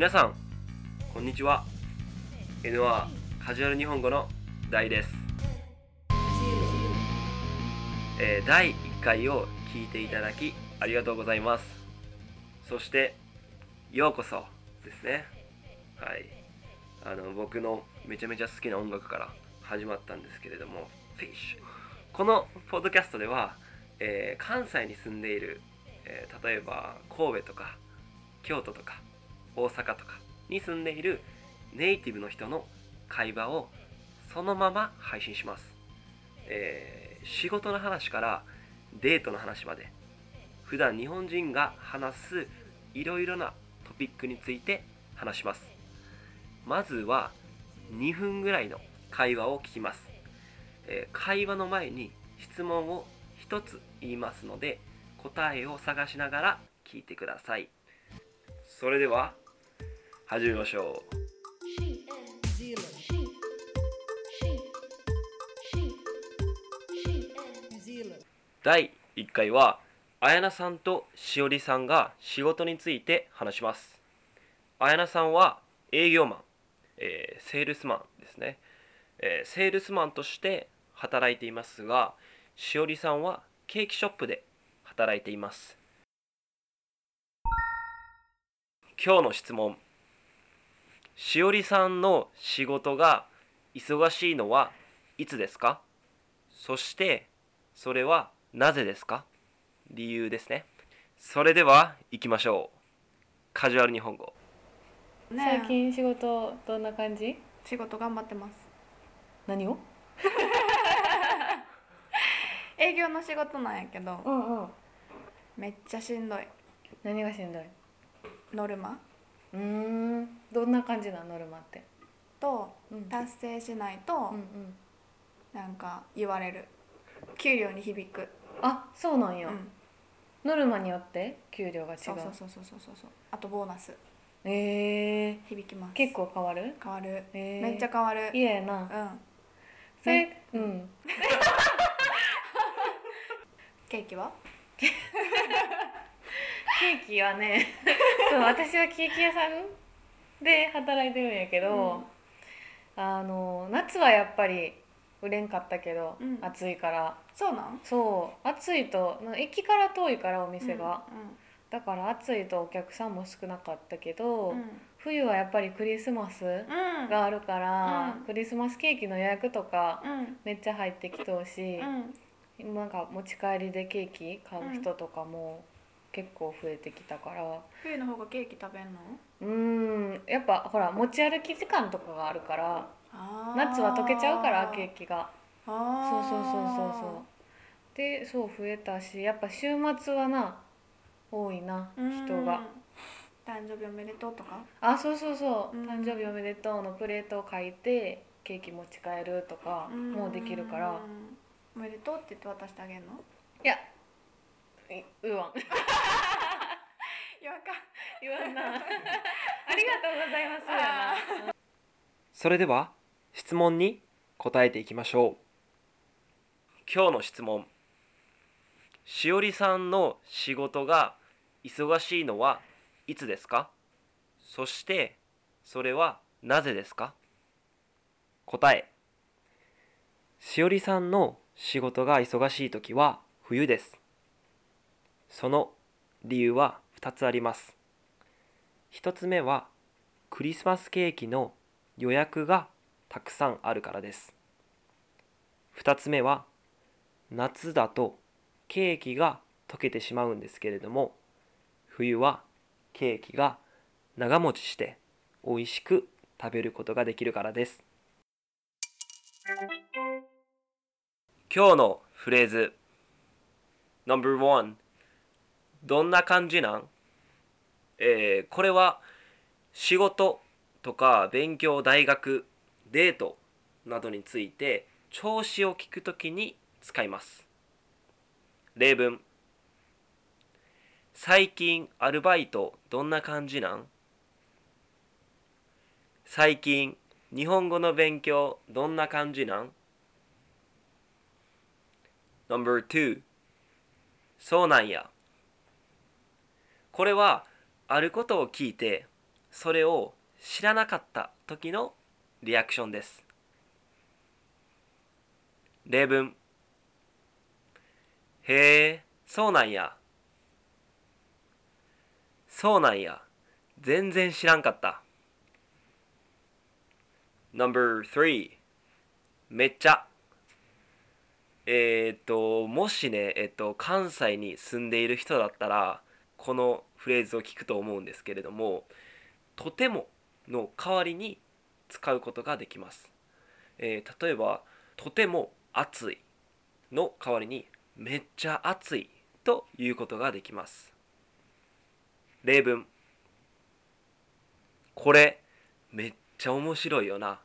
皆さんこんにちは。 NR カジュアル日本語の大です。第1回を聞いていただきありがとうございます。そしてようこそですね。はい、僕のめちゃめちゃ好きな音楽から始まったんですけれども、フィッシュ。このポッドキャストでは、関西に住んでいる、例えば神戸とか京都とか大阪とかに住んでいるネイティブの人の会話をそのまま配信します。仕事の話からデートの話まで、普段日本人が話すいろいろなトピックについて話します。まずは2分ぐらいの会話を聞きます。会話の前に質問を一つ言いますので、答えを探しながら聞いてください。それでは始めましょう。第1回は綾菜さんとしおりさんが仕事について話します。綾菜さんは営業マン、セールスマンですね。セールスマンとして働いていますが、しおりさんはケーキショップで働いています。今日の質問。しおりさんの仕事が忙しいのはいつですか？そしてそれはなぜですか？理由ですね。それでは行きましょう。カジュアル日本語。 最近仕事どんな感じ？ 仕事頑張ってます。 何を？ 営業の仕事なんやけど、めっちゃしんどい。 何がしんどい？ ノルマどんな感じなノルマってと達成しないと、なんか言われる。給料に響く。 あ、そうなんや、ノルマによって給料が違う。 そう。あとボーナス響きます。 結構変わる？ 変わる、めっちゃ変わる。 嫌やな。それケーキは？ ケーキはねそう、私はケーキ屋さんで働いてるんやけど、夏はやっぱり売れんかったけど、暑いから。 そうなん？ そう、暑いと駅から遠いからお店が、だから暑いとお客さんも少なかったけど、冬はやっぱりクリスマスがあるから、クリスマスケーキの予約とかめっちゃ入ってきとうし、なんか持ち帰りでケーキ買う人とかも結構増えてきたから。 冬の方がケーキ食べんの？ やっぱほら持ち歩き時間とかがあるから、夏は溶けちゃうからケーキが。そうで、そう増えたし、やっぱ週末はな多いな、人が。 誕生日おめでとうとか？ そう、誕生日おめでとうのプレートを書いてケーキ持ち帰るとかもうできるから。 おめでとうって言って渡してあげるの？ いや、言わん言わんなありがとうございますやな。 それでは質問に答えていきましょう。今日の質問。しおりさんの仕事が忙しいのはいつですか？そしてそれはなぜですか？答え。しおりさんの仕事が忙しいときは冬です。その理由は2つあります。1つ目はクリスマスケーキの予約がたくさんあるからです。2つ目は夏だとケーキが溶けてしまうんですけれども、冬はケーキが長持ちして美味しく食べることができるからです。今日のフレーズ No.1、 どんな感じなん？これは仕事とか勉強、大学、デートなどについて調子を聞くときに使います。例文。最近アルバイトどんな感じなん？最近日本語の勉強どんな感じなん？ No.2、 そうなんや。これはあることを聞いてそれを知らなかった時のリアクションです。例文。へえ、そうなんや。そうなんや。全然知らんかった。No.3 めっちゃ。もしね、関西に住んでいる人だったら、このフレーズを聞くと思うんですけれども、とてもの代わりに使うことができます。例えば、とても暑いの代わりに、めっちゃ暑いということができます。例文。これ、めっちゃ面白いよな。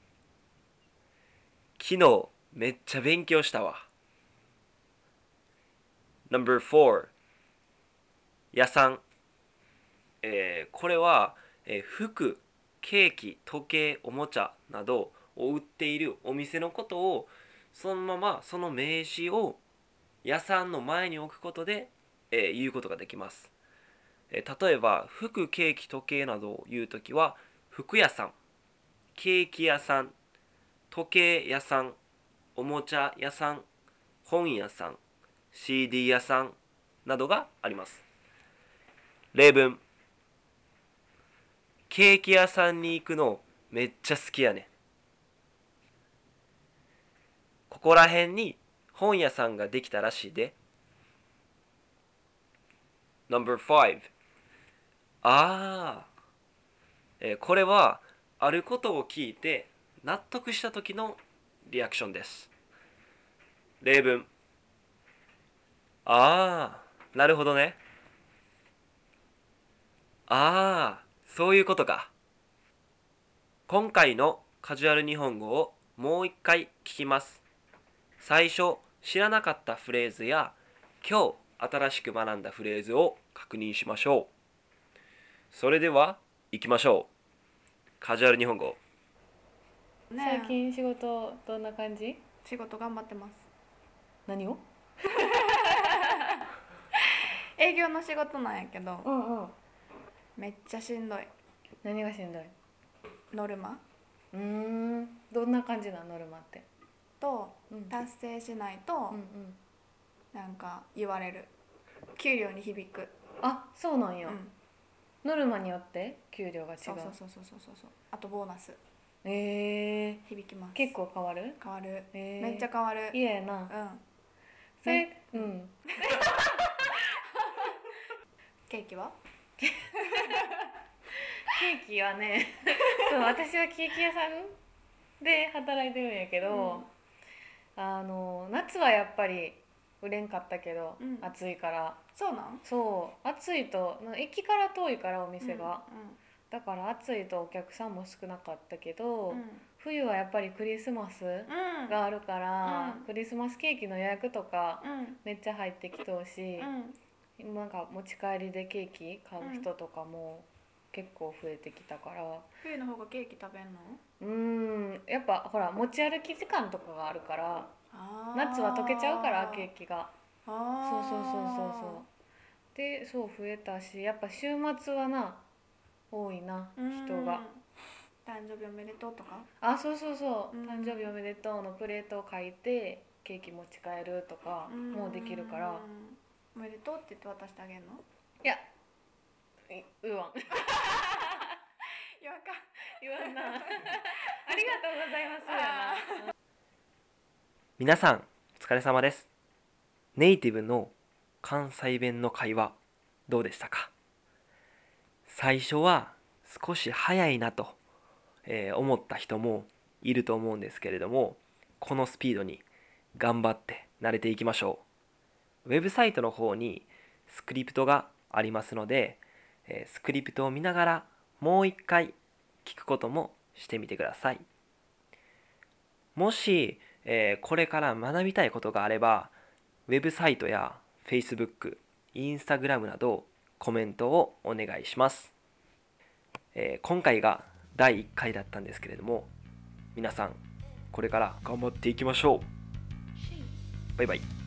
昨日、めっちゃ勉強したわ。No.4 屋さん。これは、服、ケーキ、時計、おもちゃなどを売っているお店のことをそのままその名詞を屋さんの前に置くことで、言うことができます。例えば服、ケーキ、時計などを言うときは服屋さん、ケーキ屋さん、時計屋さん、おもちゃ屋さん、本屋さん、CD 屋さんなどがあります。例文。ケーキ屋さんに行くのめっちゃ好きやね。ここら辺に本屋さんができたらしいで。No.5 これはあることを聞いて納得した時のリアクションです。例文。なるほどね。そういうことか。今回のカジュアル日本語をもう一回聞きます。最初知らなかったフレーズや今日新しく学んだフレーズを確認しましょう。それでは行きましょう。カジュアル日本語。 最近仕事どんな感じ？ 仕事頑張ってます。 何を？ 営業の仕事なんやけど、めっちゃしんどい。 何がしんどい？ ノルマどんな感じなノルマってと、達成しないと、なんか言われる。給料に響く。 あ、そうなんや、ノルマによって給料が違う。 そう。あとボーナス響きます。 結構変わる？ 変わる、めっちゃ変わる。 嫌やな。それケーキは？ ケーキはねそう私はケーキ屋さんで働いてるんやけど、夏はやっぱり売れんかったけど、暑いから。 そうなん？ そう暑いと駅から遠いからお店が、だから暑いとお客さんも少なかったけど、冬はやっぱりクリスマスがあるから、クリスマスケーキの予約とかめっちゃ入ってきとうし、なんか持ち帰りでケーキ買う人とかも結構増えてきたから、 冬の方がケーキ食べんの？ やっぱほら持ち歩き時間とかがあるから、夏は溶けちゃうからケーキが。そうで増えたし、やっぱ週末はな多いな人が。 誕生日おめでとうとか？ そう、誕生日おめでとうのプレートを書いてケーキ持ち帰るとかもうできるから。 おめでとうって言って渡してあげるの？ いや言わん言わんなありがとうございますやな。 皆さんお疲れ様です。ネイティブの関西弁の会話どうでしたか？最初は少し早いなと、思った人もいると思うんですけれども、このスピードに頑張って慣れていきましょう。ウェブサイトの方にスクリプトがありますので、スクリプトを見ながらもう一回聞くこともしてみてください。もし、これから学びたいことがあれば、ウェブサイトや Facebook、Instagram などコメントをお願いします。今回が第1回だったんですけれども、皆さんこれから頑張っていきましょう。バイバイ。